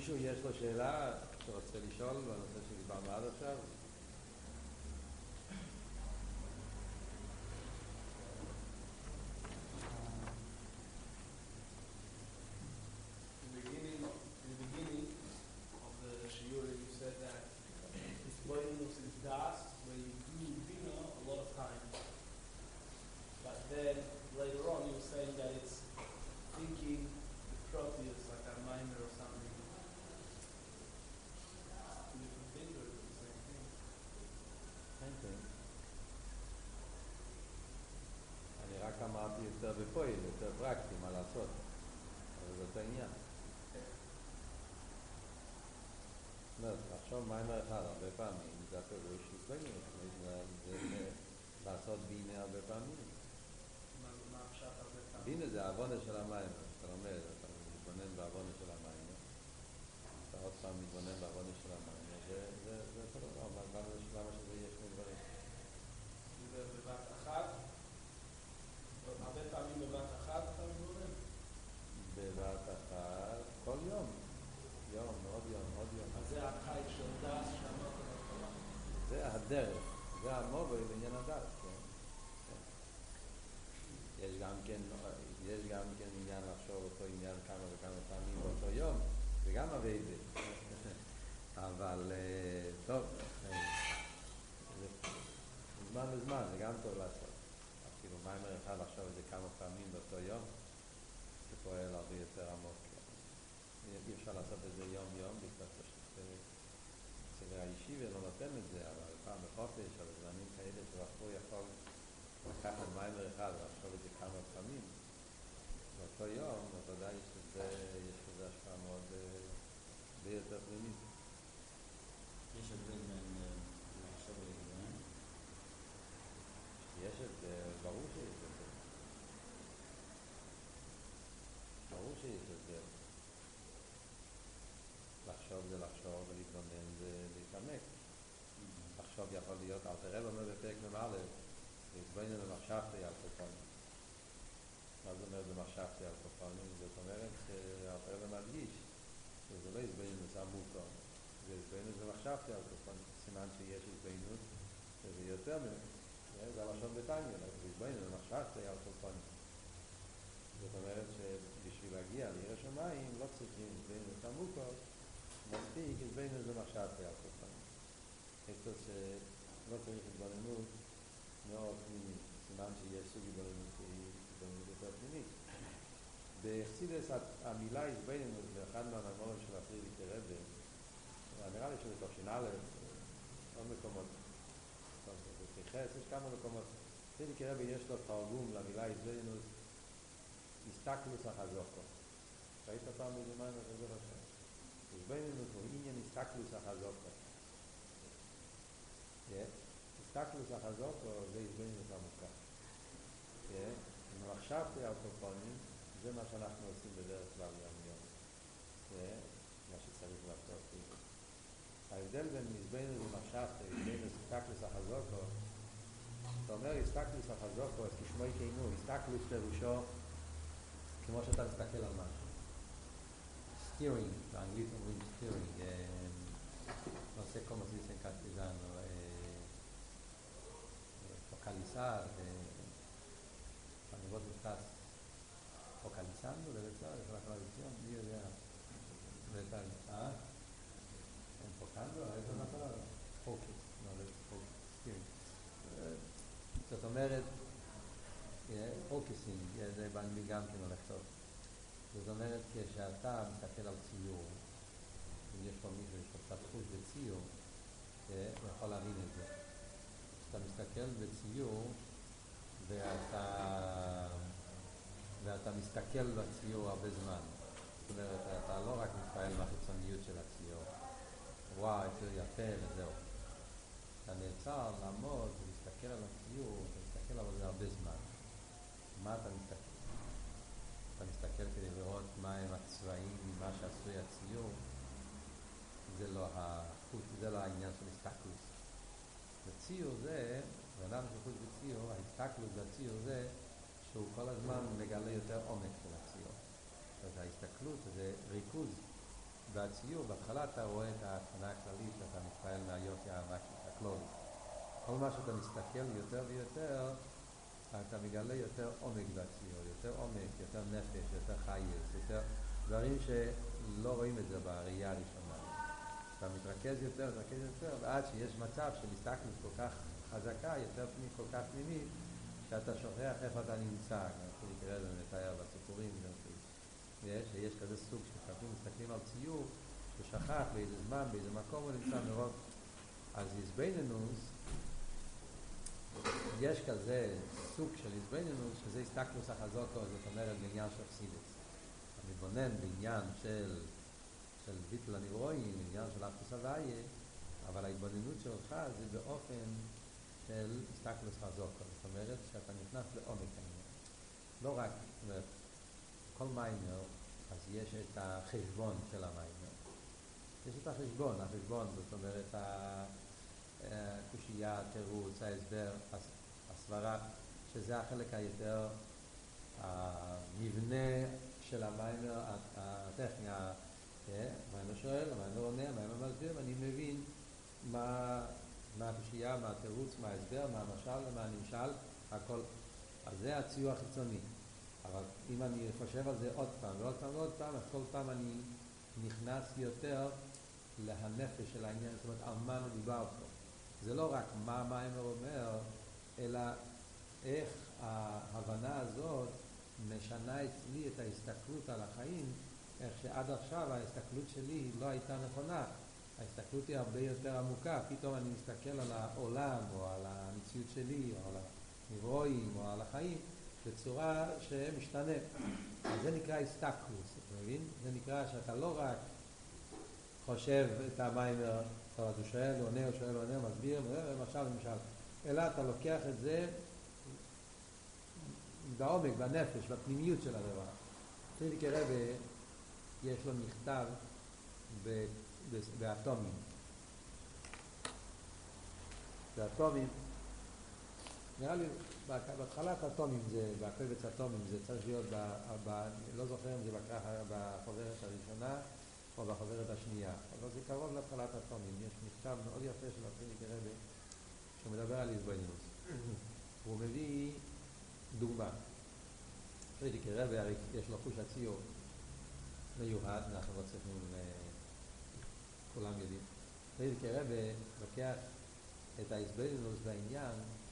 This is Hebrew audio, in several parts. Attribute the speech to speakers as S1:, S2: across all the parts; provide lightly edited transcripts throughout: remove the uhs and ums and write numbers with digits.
S1: מישהו יש לו שאלה שרוצה לשאול בנושא שדיברנו עד עכשיו?
S2: In the beginning of the shiur, you said that Isboinus is das, where you do bina a lot of time. But then later on, you were saying that it's thinking the proteus like a mimer or something. Two different things, or is it the same thing?
S1: Same thing. אני רק אמרתי יותר בפועל, יותר פרקטי, מה לעשות. אבל זה אותו עניין. זאת אומרת, לחשוב מיימר אחד הרבה פעמים, זה הפירוש שבינוס, זה לעשות בינה הרבה פעמים.
S2: מה עכשיו הרבה פעמים?
S1: בינה זה העוונה של המיימר, אתה לומד, אתה מתבונן בעוונה של המיימר, אתה עוד פעם מתבונן בעוונה של המיימר, זה אותו דבר, למה שזה יש מדברים?
S2: זה בבת אחת? הרבה פעמים בבת אחת אתה מתבונן?
S1: בבת אחת, כל יום. יום, עוד יום, עוד יום.
S2: אז זה החי של דס שאמרת בהתחלה.
S1: זה הדרך, זה המוביל בעניין הדס, כן. יש גם כן עניין לחשוב אותו עניין כמה וכמה פעמים באותו יום, זה גם עבודה. אבל טוב, זמן לזמן, זה גם טוב לעשות. אפילו מיימר אחד לחשוב את זה כמה פעמים באותו יום, זה פועל הרבה יותר עמוק. אי אפשר לעשות את זה יום יום, בגלל שסדר האישי ולא נותן את זה, אבל פעם בחופש, אבל זמנים כאלה שבחור יכול לקחת מיימר אחד ולחשוב את זה כמה פעמים באותו יום, אז ודאי יש לזה השפעה מאוד ביותר פנימית.
S3: יש הבדל בין לחשוב ולהתבונן?
S1: יש הבדל, ברור שיש הבדל. ברור שיש הבדל. לחשוב זה לחשוב ולהתבונן זה להתעמק. לחשוב יכול להיות, אל תראה לו בפרק ממלא, להתבונן במחשבתי על כופנים. מה זאת אומרת במחשבתי על כופנים? זאת אומרת שאל תראה לו מדגיש, שזה לא התבונן בסמוכו, זה התבונן במחשבתי על כופנים. סימן שיש התבוננות, וזה יותר ממנו. זה הלשון בתניא, להתבונן במחשבתי על כופנים. זאת אומרת שבשביל להגיע לירא שמיים לא צריכים להתבונן בסמוכו, מספיק, התבוננות זה מחשבתי על כופנים. איתו שלא צריך התבוננות מאוד פנימית. סימן שיש סוג התבוננות שהיא התבוננות יותר פנימית. בחסידות המילה התבוננות באחד מהמאמרים של הפרידיקי רבי, נראה לי שזה תוש"א, עוד מקומות, בפריחס, יש כמה מקומות. פרידיקי רבי יש לו תרגום למילה התבוננות, הסתכלוס החזוקו. ראית פעם איזה מים אחרי זה חושב? התבוננות הוא עניין הסתכלוס החזוקו. הסתכלוס החזוקו זה התבוננות עמוקה. אם מחשבתי על כופונים, זה מה שאנחנו עושים בדרך כלל יום. מה שצריך לעשות. ההבדל בין התבוננות ומחשבתי, בין הסתכלוס החזוקו, אתה אומר הסתכלוס החזוקו, אז כשמו יקיינו, הסתכלוס פירושו כמו שאתה מסתכל על משהו. steering, באנגלית אומרים steering, no sé cómo se dice en castellano, focalizar, cuando vos estás focalizando, debe ser, es la traducción, yo ya, enfocando, eso es una palabra, focus, no, focus, steering. זאת אומרת, focusing, זה באנגלית גם כן הולך טוב. זאת אומרת, כשאתה מסתכל על ציור, אם יש פה מישהו, יש פה קצת חוש בציור, הוא יכול להבין את זה. כשאתה מסתכל בציור, ואתה מסתכל בציור הרבה זמן. זאת אומרת, אתה לא רק מתפעל מהחיצוניות של הציור. וואו, איזה יפה וזהו. אתה נעצר לעמוד ולהסתכל על הציור, אתה מסתכל על זה הרבה זמן. מה אתה מסתכל? אתה מסתכל כדי לראות מה הם הצבעים, מה שעשוי הציור. זה לא החוט, זה לא העניין של הסתכלות. בציור זה, ואדם שחוט בציור, ההסתכלות בציור זה שהוא כל הזמן מגלה יותר עומק של הציור. אז ההסתכלות זה ריכוז. בציור, בהתחלה אתה רואה את ההתחלה הכללית שאתה מתפעל מהיופי הכלולי. כל מה שאתה מסתכל יותר ויותר, אתה מגלה יותר עומק בציור, יותר עומק, יותר נפש, יותר חייס, יותר דברים שלא רואים את זה בראייה הראשונה. אתה מתרכז יותר, ועד שיש מצב של הסתכלות כל כך חזקה, כל כך פנימית, שאתה שוכח איפה אתה נמצא. אנחנו נקרא זה מתאר בסיפורים, שיש כזה סוג שחפים מסתכלים על ציור, ששכח באיזה זמן, באיזה מקום הוא נמצא מרוב. אז איזבנינוס, יש כזה סוג של איזבנינוס, שזה הסתכלוס החזוקו, זאת אומרת בעניין של חסידות. אתה מתבונן בעניין של ביטול הנברואים, בעניין של אחדות הוויה, אבל ההתבוננות שלך זה באופן של הסתכלוס חזוקו. זאת אומרת שאתה נכנס לעומק העניין. לא רק, זאת אומרת, כל מיימר, אז יש את החשבון של המיימר. יש את החשבון, זאת אומרת, הקושייה, התירוץ, ההסבר, הסברה, שזה החלק היותר, המבנה של המיימר, הטכניה, המיימר שואל, המיימר עונה, המיימר מסביר, ואני מבין מה הקושייה, מה התירוץ, מה ההסבר, מה המשל, מה הנמשל, הכל. אז זה הציור החיצוני. אבל אם אני חושב על זה עוד פעם ועוד פעם, אז כל פעם אני נכנס יותר להנפש של העניין, זאת אומרת, על מה מדובר פה. זה לא רק מה המיימר אומר, אלא איך ההבנה הזאת משנה אצלי את ההסתכלות על החיים, איך שעד עכשיו ההסתכלות שלי לא הייתה נכונה. ההסתכלות היא הרבה יותר עמוקה. פתאום אני מסתכל על העולם, או על המציאות שלי, או על הנברואים, או על החיים, בצורה שמשתנה. אז זה נקרא הסתכלות, אתה מבין? זה נקרא שאתה לא רק חושב את המיימר, אתה שואל, עונה, מסביר, למשל, אלא אתה לוקח את זה בעומק, בנפש, בפנימיות של הדבר. פרידיקי רבי, יש לו מכתב באטומים. באטומים, נראה לי, בהתחלת אטומים, בקובץ אטומים, זה צריך להיות, לא זוכר אם זה בחוברת הראשונה או בחוברת השנייה, אבל זה קרוב להתחלת אטומים. יש מכתב מאוד יפה של פרידיקי רבי, שמדבר על איזבנינוס. הוא מביא דוגמה. פרידיקי רבי, הרי יש לו חוש הציור מיוחד, אנחנו לא צריכים, כולם יודעים. פרידיקי רבי לוקח את האיזבנינוס בעניין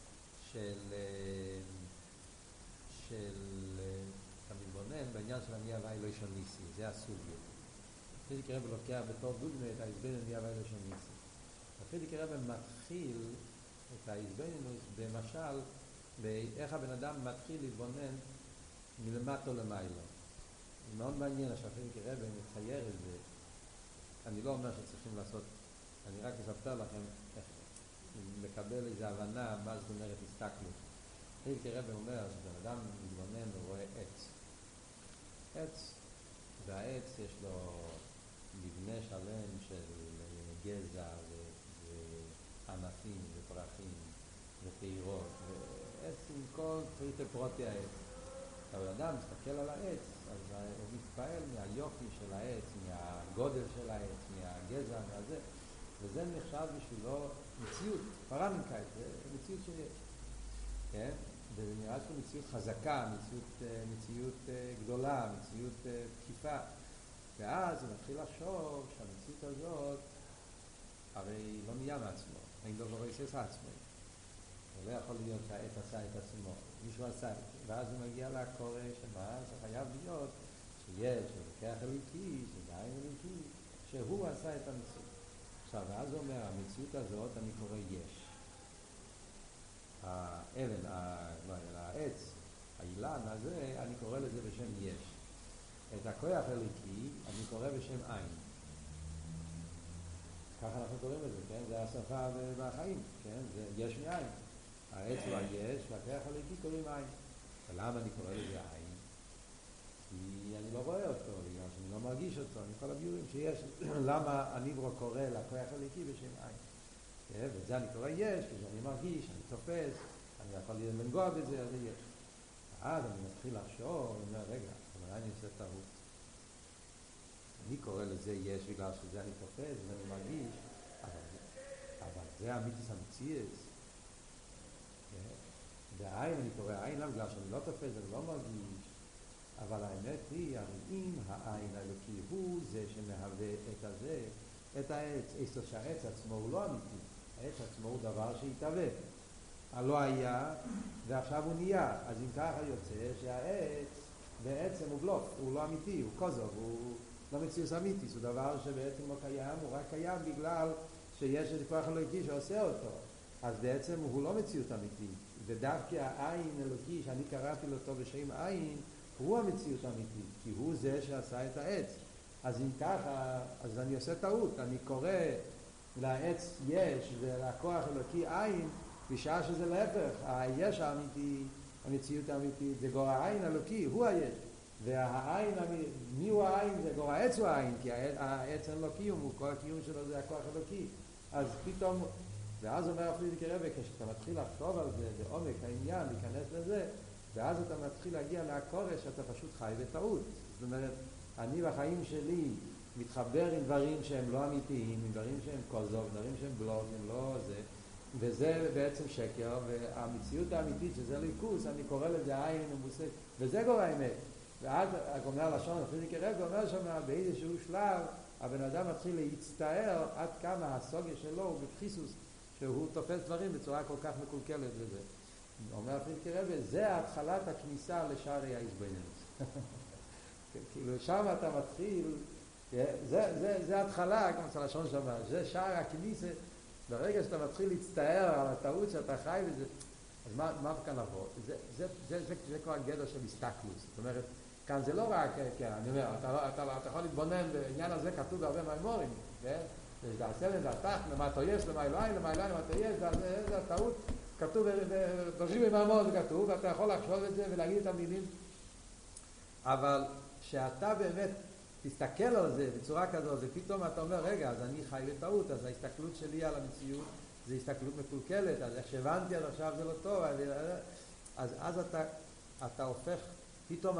S1: אתה מתבונן בעניין של אני הווי לא ישון ניסי, זה הסוגיה. פרידיקי רבי לוקח בתור דוגמה את האיזבנינוס אני הווי לא ישון ניסי. פרידיקי רבי מתחיל את האיזבנינוס במשל באיך הבן אדם מתחיל להתבונן מלמטו למיילו. מאוד מעניין שהפרידיקי רבי מצייר את זה. אני לא אומר שצריכים לעשות, אני רק אספר לכם איך לקבל איזו הבנה מה זאת אומרת הסתכלות. פרידיקי רבי אומר שבן אדם מתבונן ורואה עץ, והעץ יש לו מבנה שלם של גזע וענפים ופרחים ופירות ועץ עם כל פריטי פרוטי העץ. כשהבן אדם מסתכל על העץ, אז הוא מתפעל מהיופי של העץ, מהגודל של העץ, מהגזע, מהזה, וזה נחשב בשבילו מציאות, פרמינקאית, זה מציאות שיש. כן? וזה נראה שהוא מציאות חזקה, מציאות גדולה, מציאות תקיפה. ואז הוא מתחיל לחשוב שהמציאות הזאת הרי לא נהיה מעצמו, אין דבר עושה עצמו. זה לא יכול להיות שהעת עשה את עצמו, מישהו עשה את זה. ואז הוא מגיע לקורא שמה, זה חייב להיות שיש, שלוקח אלוקי, שדיים אלוקי, שהוא עשה את המציאות. עכשיו, ואז הוא אומר, המציאות הזאת אני קורא יש. האבן, העץ, האילן הזה, אני קורא לזה בשם יש. את הכוח אלוקי אני קורא בשם עין. ככה אנחנו קוראים לזה, כן? זה השפה בחיים, כן? זה יש מעין. העץ הוא היש, והכוח אלוקי קוראים עין. ולמה אני קורא לזה עין? כי אני לא רואה אותו, בגלל שאני לא מרגיש אותו, אני כל הביורים שיש. למה הניברו קורא לכוח אלוקי בשם עין? ואת זה אני קורא יש, כשאני מרגיש, אני תופס, אני יכול לנגוע בזה, אז זה יש. אז אני מתחיל לחשוב, אני אומר, רגע, אבל אני עושה טעות. אני קורא לזה יש בגלל שזה אני תופס ואני מרגיש, אבל זה האמיתיס המציאס. והעין, אני קורא עין לא בגלל שאני לא תופס, אני לא מרגיש, אבל האמת היא, הרי אם העין האלוקי הוא זה שמהווה את הזה, את העץ, שהעץ עצמו הוא לא אמיתי, העץ עצמו הוא דבר שהתהווה. לא היה, ועכשיו הוא נהיה. אז אם ככה יוצא שהעץ בעצם הוא בלוף, הוא לא אמיתי, הוא כוזוב, הוא לא מציאוס אמיתיס, הוא דבר שבעצם לא קיים, הוא רק קיים בגלל שיש את כוח אלוקי שעושה אותו. אז בעצם הוא לא מציאות אמיתי, ודווקא העין אלוקי שאני קראתי לו בשם עין, הוא המציאות האמיתית, כי הוא זה שעשה את העץ. אז אם ככה, אז אני עושה טעות, אני קורא לעץ יש ולכוח אלוקי עין, בשעה שזה להפך, היש האמיתי, המציאות האמיתית, זה גור העין אלוקי, הוא היש. והעין, מי הוא העין? זה גור העץ הוא העין, כי העץ אין לו קיום, הוא כל הקיום שלו זה הכוח אלוקי. אז פתאום, ואז אומר הפרידיקי רבי, כשאתה מתחיל לחשוב על זה בעומק העניין, להיכנס לזה, ואז אתה מתחיל להגיע להקורש שאתה פשוט חי בטעות. זאת אומרת, אני בחיים שלי מתחבר עם דברים שהם לא אמיתיים, עם דברים שהם קוזוב, דברים שהם בלוף, הם לא זה, וזה בעצם שקר, והמציאות האמיתית שזה ליכוס, אני קורא לזה עין ומושג, וזה גור האמת. ואז אומר לשון, הפרידיקי רבי אומר שם, באיזשהו שלב, הבן אדם מתחיל להצטער עד כמה הסוגיה שלו הוא בבחיסוס, שהוא תופס דברים בצורה כל כך מקולקלת וזה. אומר הפרידיקי רבי, זה התחלת הכניסה לשערי ההתבוננות. כאילו שם אתה מתחיל, זה התחלה, כמו שהלשון שם, זה שער הכניסה, ברגע שאתה מתחיל להצטער על הטעות שאתה חי בזה, אז מה כאן לבוא? זה כבר גדר של הסתכלות. זאת אומרת, כאן זה לא רק, אני אומר, אתה יכול להתבונן בעניין הזה, כתוב בהרבה מהאמורים, כן? יש דעשה לדעתך, למה יש, למה אלוהים, למה יש, זה הטעות, כתוב בראשי במאמר זה כתוב, ואתה יכול לחשוב את זה ולהגיד את המילים, אבל שאתה באמת תסתכל על זה בצורה כזאת, ופתאום אתה אומר, רגע, אז אני חי בטעות, אז ההסתכלות שלי על המציאות זה הסתכלות מקולקלת, אז איך שהבנתי עד עכשיו זה לא טוב, אז אתה הופך, פתאום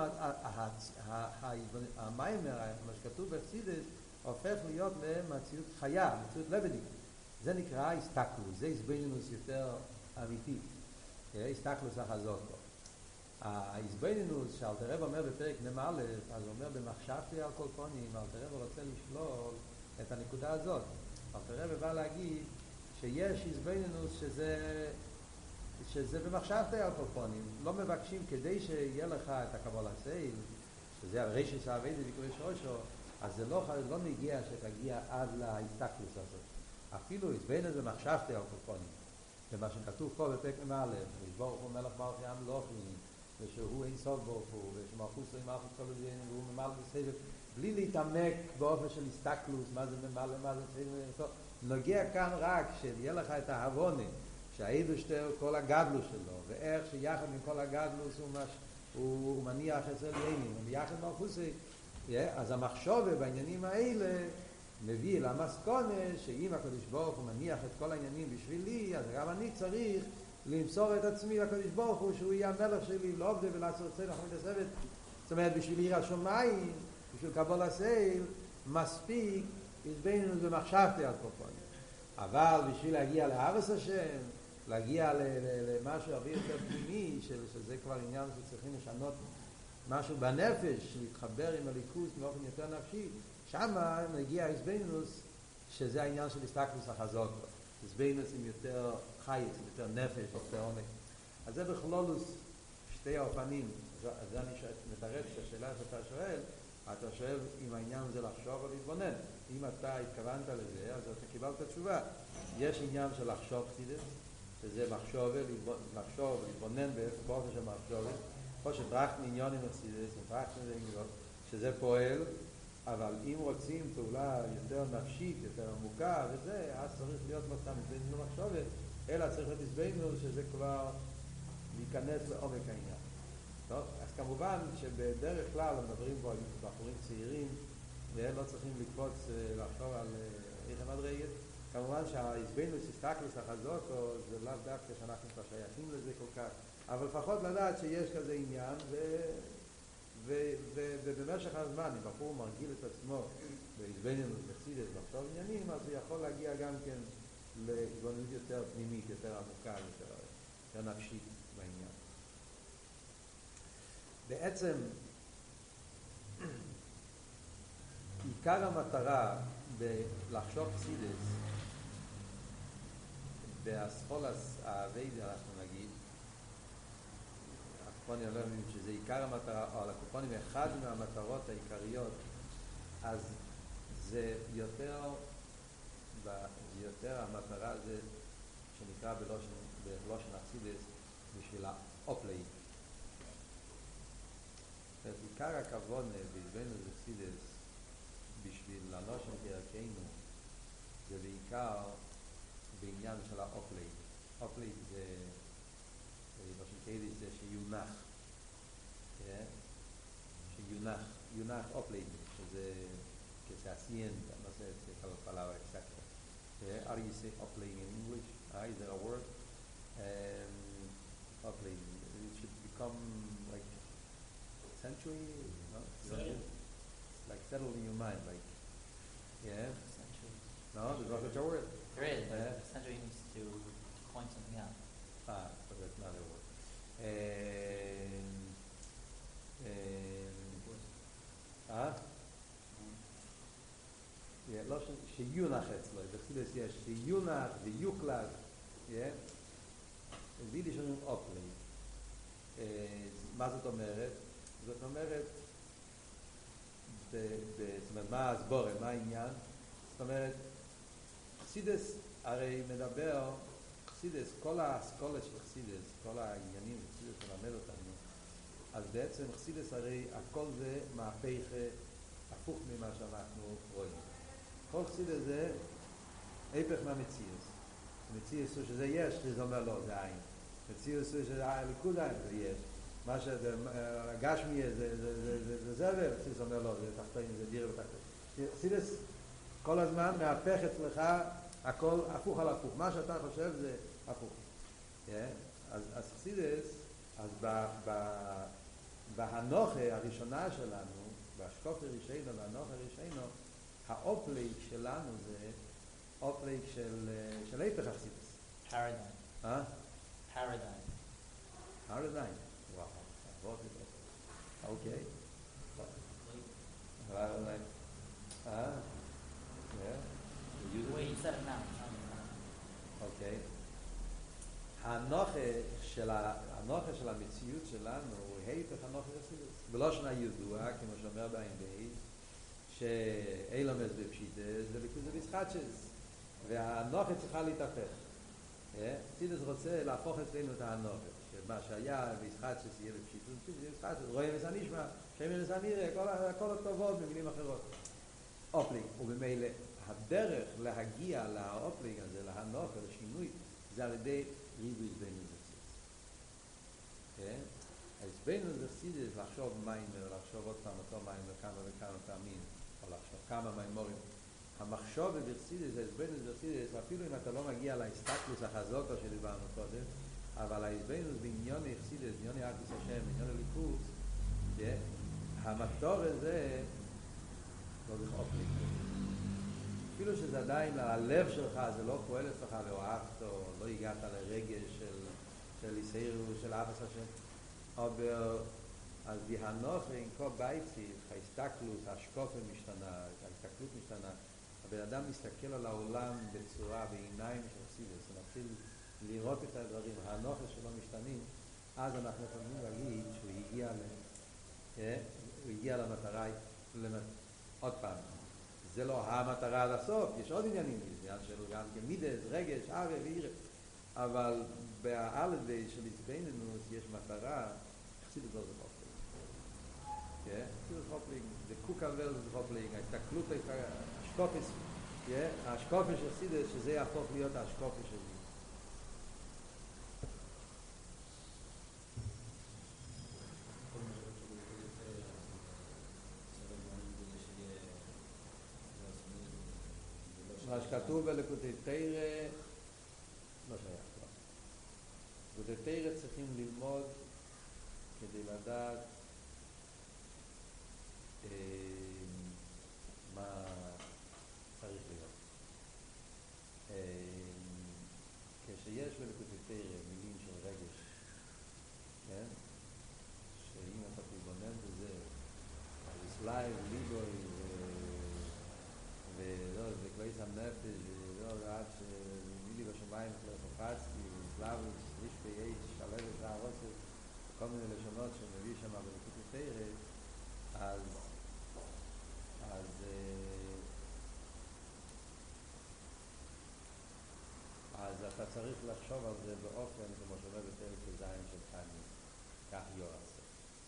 S1: המיימר, מה שכתוב בחסידות, הופך להיות למציאות חיה, מציאות לבדית. זה נקרא הסתכלות, זה הסבינינוס יותר אמיתי, הסתכלות החזות פה. ההסבינינוס שאלתר רב אומר בפרק נ"א, אז הוא אומר במחשבתי על כל פונים, אלתר רב רוצה לשלול את הנקודה הזאת. אלתר רב בא להגיד שיש הסבינינוס שזה במחשבתי על כל פונים. לא מבקשים כדי שיהיה לך את הקבלה סייל, שזה הרשת העבד ויקרא שורשו, אז זה לא מגיע שתגיע עד להסתכלות הזאת. אפילו הסבינינוס במחשבתי על כל פונים. ומה שכתוב פה בפרק נ"א, ברוך הוא מלך מלכי המלוכים, ושהוא אין סוף ברוך הוא, ושמלכות עם מלכות כל הדין, והוא ממלא בסבב, בלי להתעמק באופן של הסתכלות, מה זה ממלא, מה זה סבב, נוגע כאן רק שיהיה לך את ההבונה, שהאידושטר כל הגדלוס שלו, ואיך שיחד עם כל הגדלוס הוא מניח אצל ימים, ויחד מלכוסי, אז המחשבה בעניינים האלה מביא למסקונה שאם הקדוש ברוך הוא מניח את כל העניינים בשבילי, אז גם אני צריך למסור את עצמי לקדוש ברוך הוא שהוא יהיה המלך שלי, לא עובדה ולעשות צלח ומתסבת. זאת אומרת, בשביל עיר השומיים, בשביל קבול הסייל, מספיק הסבינינוס במחשבתי על כל פנים. אבל בשביל להגיע לאהבת השם, להגיע למשהו הרבה יותר פנימי, שזה כבר עניין שצריכים לשנות משהו בנפש, להתחבר עם הליכוז באופן יותר נפשי, שמה מגיע הסבינינוס, שזה העניין של הסתכלות החזות. הסבינינוס עם יותר חייץ, יותר נפש, יותר עומק. אז זה בכלולוס שתי האופנים. זה אני מתרץ את השאלה שאתה שואל, אתה שואל אם העניין זה לחשוב או להתבונן. אם אתה התכוונת לזה, אז אתה קיבלת תשובה. יש עניין של לחשוב חסידות, שזה לחשוב ולהתבונן באופן של מחשוב, או שטרחת עניונים חסידות, שזה פועל, אבל אם רוצים פעולה יותר נפשית, יותר עמוקה וזה, אז צריך להיות לא סתם הסבינינוס במחשבת, אלא צריך להיות הסבינינוס שזה כבר להיכנס לעומק העניין. טוב, אז כמובן שבדרך כלל מדברים פה על בחורים צעירים, והם לא צריכים לקפוץ לחשוב על איך המדרגת. כמובן שההסבינינוס הסתכלות החזות, זה לאו דווקא שאנחנו כבר שייכים לזה כל כך, אבל לפחות לדעת שיש כזה עניין, ובמשך הזמן, אם בחור מרגיל את עצמו בהתבוננות בחסידות, לחשוב עניינים, אז הוא יכול להגיע גם כן להתבוננות יותר פנימית, יותר עמוקה, יותר נפשית בעניין. בעצם, עיקר המטרה בלחשוב חסידות, באסכולס האביידה, אנחנו נגיד, הקופונים לא יודעים שזה עיקר המטרה, או על הקופונים אחד מהמטרות העיקריות, אז זה יותר המטרה זה שנקרא בלושן החסידות בשביל האופלאי. עיקר הכוונה בהתבוננות בחסידות בשביל הלושן כערכנו זה בעיקר בעניין של האופלאי. אופלאי זה לושן קיידיש זה שיונח, יונח אופלאי, שזה hacienda, no sé si es la palabra exacta. How do you say oplaying in English? Is there a word? Oplaying. It should become like century, no? Like settle in your mind, like, yeah?
S4: Century.
S1: No, there's not such a word.
S4: There is. Century means to point something out.
S1: But that's not a word. לא שיונח אצלו, בחסידות יש שיונח ויוקלג, ביידיש אומרים אופלי. מה זאת אומרת? זאת אומרת, מה הסבורה, מה העניין? זאת אומרת, חסידות הרי מדבר, חסידות, כל האסכולה של חסידות, כל העניינים חסידות מלמד אותנו, אז בעצם חסידות הרי הכל זה מהפך הפוך ממה שאנחנו רואים. כל חסידות זה הפך מהמציאות. מציאות שזה יש, זה אומר לא, זה עין. מציאות שזה ליכוד עין, זה יש. מה שהגשמי זה זבל, חסידות אומר לא, זה תחתאים, זה דיר ותחתאים. חסידות כל הזמן מהפך אצלך הכל הפוך על הפוך. מה שאתה חושב זה הפוך. אז חסידות, אז בהנוכה הראשונה שלנו, בהשקופת הראשונה, בהנוכה הראשונה, האופלייק שלנו זה אופלייק של היפך החסידות.
S4: Paradigm. Paradigm.
S1: Paradigm. וואו, עבוד את זה. אוקיי. Paradigm. Yeah.
S4: The way you said it now.
S1: אוקיי. הנוכה של המציאות שלנו הוא היפך הנוכה החסידות. בלושן הידוע, כמו שאומר בעין בייס, שאילומס בפשיטס זה ליכוז וביסחטשס, והנוכה צריכה להתהפך. חסידות רוצה להפוך אצלנו את הנוכה, שמה שהיה ביסחטשס יהיה בפשיטס, רואים את הנשמע, שמן את הנראה, כל הטובות במילים אחרות. אופלינג, ובמילא הדרך להגיע לאופלינג הזה, להנוכה, לשינוי, זה על ידי ריבוי התבוננות בחסידות. ההתבוננות בחסידות לחשוב מיימר, לחשוב עוד פעם אותו מיימר כמה וכמה פעמים, או לחשוב כמה מיימורים. המחשוב בחסידות זה ההתבוננות בחסידות, אפילו אם אתה לא מגיע להסתכלוס החזוקה שדיברנו קודם, אבל ההתבוננות בעניוני חסידות, בעניוני אחדות השם, בעניוני ליכוז, המטור הזה לא צריך אופלינג. אפילו שזה עדיין הלב שלך, זה לא פועל אצלך, לא אהבת או לא הגעת לרגש של איסאירו, של אהבת השם. אבל אז בהנוכה עם כל בייציב, ההסתכלות, ההשקופה משתנה, ההסתכלות משתנה. הבן אדם מסתכל על העולם בצורה, בעיניים של חסידות, הוא מתחיל לראות את הדברים, ההנוכה שלו משתנים, אז אנחנו יכולים להגיד שהוא הגיע למטרה, עוד פעם. זה לא המטרה עד הסוף, יש עוד עניינים, עניין שלו גם כמידס, רגש, אהבה ועירה, אבל באלף של התבוננות יש מטרה, חסידות לא זה חופלינג. חסידות חופלינג, זה קוקאבל זה חופלינג, ההסתכלות, השקופס, השקופס של חסידות, שזה יהפוך להיות השקופס שלי. מה שכתוב בליקוטי תורה לא שייך. ליקוטי תורה צריכים ללמוד כדי לדעת לייב, ליבוי, וכלויס הנפש, ועד שמילי בשמיים חפצתי, וסלאבוס, רישפי אש, שלבת והרוסת, כל מיני לשונות שמביא שם בליקוטי תורה, אז אתה צריך לחשוב על זה באופן, כמו שאומר בפרק זין של תניא, כך יועשו.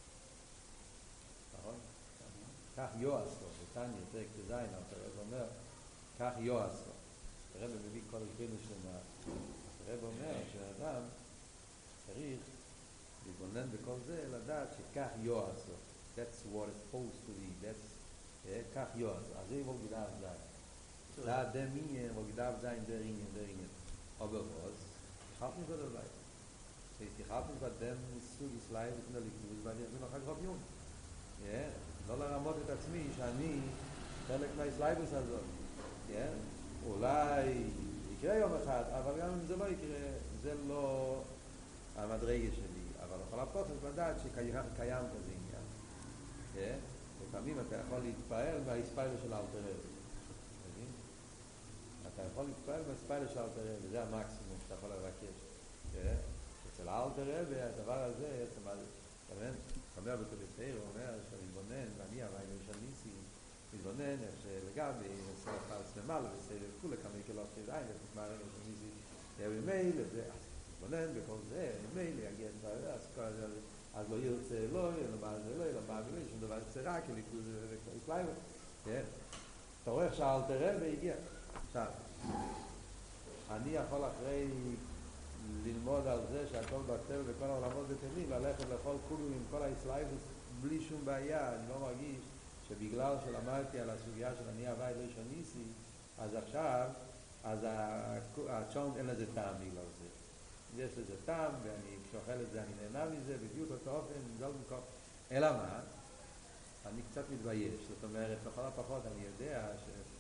S1: נכון? כך יועשו, בתניא, פרק זין, הרב אומר, כך יועשו. הרב מביא כל ריבונו שלמה. הרב אומר שהאדם צריך להתבונן בכל זה, לדעת שכך יועשו. That's what it's supposed to be. כך יועשו. אז זה wohl gedacht sein. Da dem Minion wohl gedacht sein, der Ingen. Aber was? Ich hab nicht so dabei. Das heißt, ich hab nicht bei dem Zug des Leibes in der Likud, weil ich bin noch ein Grobjung. Ja? לא לרמות את עצמי שאני חלק מהסלייבוס הזאת. כן? אולי יקרה יום אחד, אבל גם אם זה לא יקרה, זה לא המדרגה שלי. אבל לכל הפוכס לדעת שקיים כזה עניין. כן? לפעמים אתה יכול להתפעל מהספיילר של האלטר רבי. מבין? אתה יכול להתפעל מהספיילר של האלטר רבי, זה המקסימום שאתה יכול לבקש. כן? אצל האלטר רבי הדבר הזה, אתה מבין? אומר בקודתר, הוא אומר שמתבונן, ואני הרי משניסי, מתבונן איך שלגבי, סלח חלץ למעלה, וסלח כולה כמה יקלות שדיים, ותשמע הרי משניסי, ומייל, מתבונן בכל זה, מייל, יגיע את זה, אז לא ירצה אלוהי, לא בא זה אלוהי, לא בא אלוהי, שום דבר ירצה רק, אליקוז וקלייבר, כן? אתה רואה איך שהאלטר רבי הגיע. עכשיו, אני יכול אחרי ללמוד על זה שהכל בטל וכל העולמות בטלים, ללכת לכל כולו עם כל האסלאיבוס בלי שום בעיה. אני לא מרגיש שבגלל שלמדתי על הסוגיה של אני הווי לא שניסי, אז עכשיו, אז הצ'ונט אין לזה טעם בגלל זה. יש לזה טעם, ואני כשאוכל את זה אני נהנה מזה, בדיוק אותו אופן, אלא מה? אני קצת מתבייש. זאת אומרת, לכל הפחות אני יודע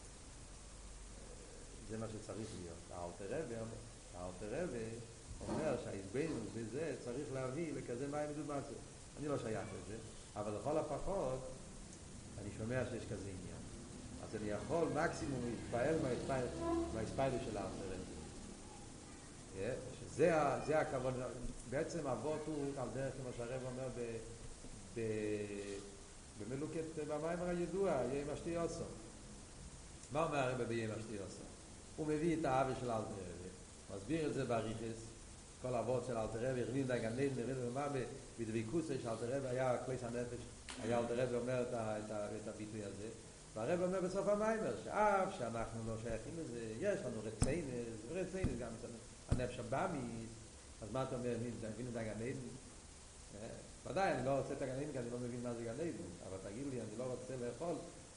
S1: שזה מה שצריך להיות. האלטר רבי אומר שההתבוננות בזה צריך להביא לכזה מים מדומצה. אני לא שייך לזה, אבל לכל הפחות אני שומע שיש כזה עניין. אז אני יכול מקסימום להתפעל מהספיילר של האלטר רבי. שזה הכבוד, בעצם אבות הוא על דרך כמו שהרב אומר במלוקת במים הידוע, יהיה משתי עושו. מה אומר הרב ביהיה משתי עושו? הוא מביא את האווה של האלטר רבי, מסביר את זה בעריכס, כל האבות של האלטר רבי, הרבין דגן ליל, נראה למה בדביקוסי של האלטר רבי היה כלי הנפש, היה האלטר רבי אומר את הביטוי הזה, והרב אומר בסוף המיימר, שאף שאנחנו לא שייכים לזה, יש לנו רציינס, גם הנפש הבאמיס, אז מה אתה אומר, הרבין דגן ליל? ודאי, אני לא רוצה את הגן ליל, כי אני לא מבין מה זה גן ליל, אבל תגיד לי, אני לא רוצה לאכול,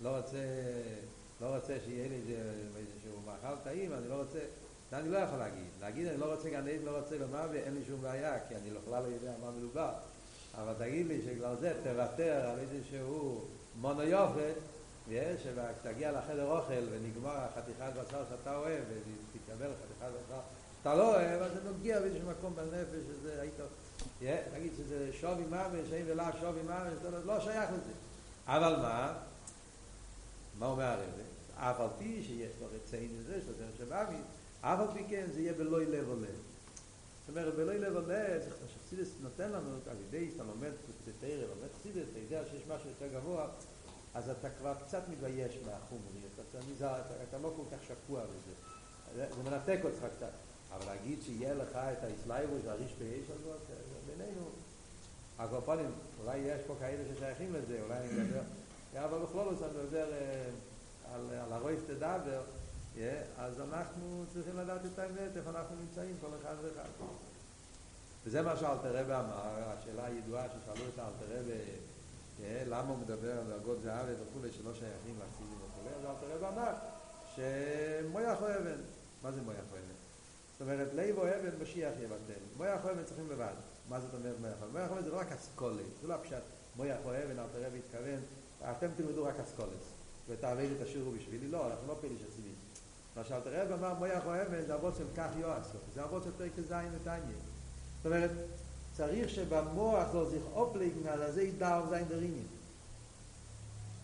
S1: לא רוצה שיהיה לי איזשהו מאכל טעים, אני לא רוצה, זה אני לא יכול להגיד אני לא רוצה גן עדן, לא רוצה לומר ואין לי שום בעיה, כי אני בכלל לא יודע מה מדובר, אבל תגיד לי שבגלל זה תוותר על איזשהו מונויופת, שתגיע לחדר אוכל ונגמר חתיכת בשר שאתה אוהב ותתקבל חתיכת בשר שאתה לא אוהב, אז זה נוגע באיזשהו מקום בנפש שזה היית, תגיד שזה שווי ממש, שאין ולא שווי ממש, לא שייך לזה. אבל מה אומר הרב? אף על פי שיש לו רציין לזה, שזה שבאמית, אף על פי כן זה יהיה בלוי לב עולה. זאת אומרת, בלוי לב עולה, זה שחסידס נותן לנו, על ידי שאתה לומד תתאר, לומד חסידס, אתה יודע שיש משהו יותר גבוה, אז אתה כבר קצת מתבייש מהחומרי, אתה לא כל כך שקוע בזה. זה מנתק אותך קצת. אבל להגיד שיהיה לך את האסלייבוס והריש באש הזאת, בינינו. הקופונים, אולי יש פה כאלה ששייכים לזה, אולי אני מדבר, אבל בכלול אני מדבר על הרויף תדבר, אז אנחנו צריכים לדעת את האמת, איפה אנחנו נמצאים, כל אחד ואחד. וזה מה שאלתר רבי אמר, השאלה הידועה ששאלו את האלתר רבי, למה הוא מדבר על דרגות זהב וכו' שלא שייכים לחסידים וכו', אז האלתר רבי אמר שמויח או אבן, מה זה מויח או אבן? זאת אומרת, לב או אבן משיח יבטל, מויח או אבן צריכים לבד. מה זאת אומרת מויח או אבן? מויח או אבן זה לא רק אסכולת, זה לא הפשט מויח או אבן, האלתר רבי התכוון, אתם תלמדו רק אסכולת ותעבד את השיעור בשבילי, לא, אנחנו לא פילי של סיבים. מה שאלתר רבי אמר מויח או אבן זה אבות של כך יועסו, זה אבות של פרק זין ותניה. זאת אומרת, צריך שבמוח לא זיך אופליגן על הזה ידעו זין דרינים.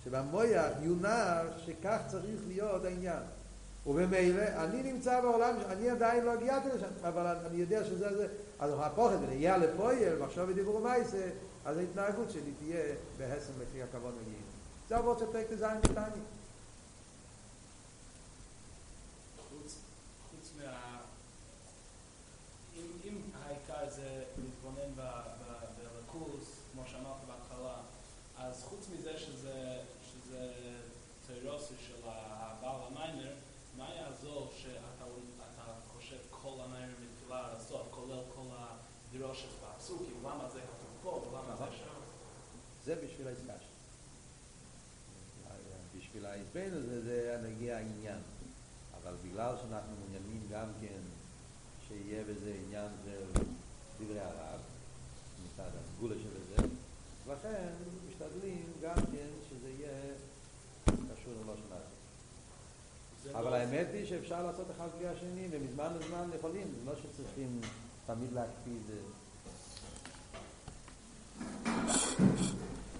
S1: שבמויח יונח שכך צריך להיות העניין. ובמילא, אני נמצא בעולם, אני עדיין לא הגעתי לשם, אבל אני יודע שזה זה. אז הפוחד, ונהיה לפועל, מחשוב ודיבור ומייסה, אז ההתנהגות שלי תהיה בהסם לפי הכבוד מגיעים. זה עבוד של פרק תזיים קטני.
S2: חוץ מה... אם העיקר זה להתבונן בלקוס, כמו שאמרת בהתחלה, אז חוץ מזה שזה תירוסי של הבעל המיימר, מה יעזור שאתה חושב כל המיימר מתחילה עד הסוף, כולל כל הדרושת בפסוקים, למה זה כתוב פה ולמה זה שם?
S1: זה בשביל ההסקש. בשביל ההסבין הזה זה נגיע העניין. אבל בגלל שאנחנו מעוניינים גם כן שיהיה בזה עניין של דברי הרב, מצד הסגולה של זה, לכן משתדלים גם כן שזה יהיה קשור ללא שניים. אבל האמת היא שאפשר לעשות אחד בלי השני, ומזמן לזמן יכולים, זה לא שצריכים תמיד להקפיד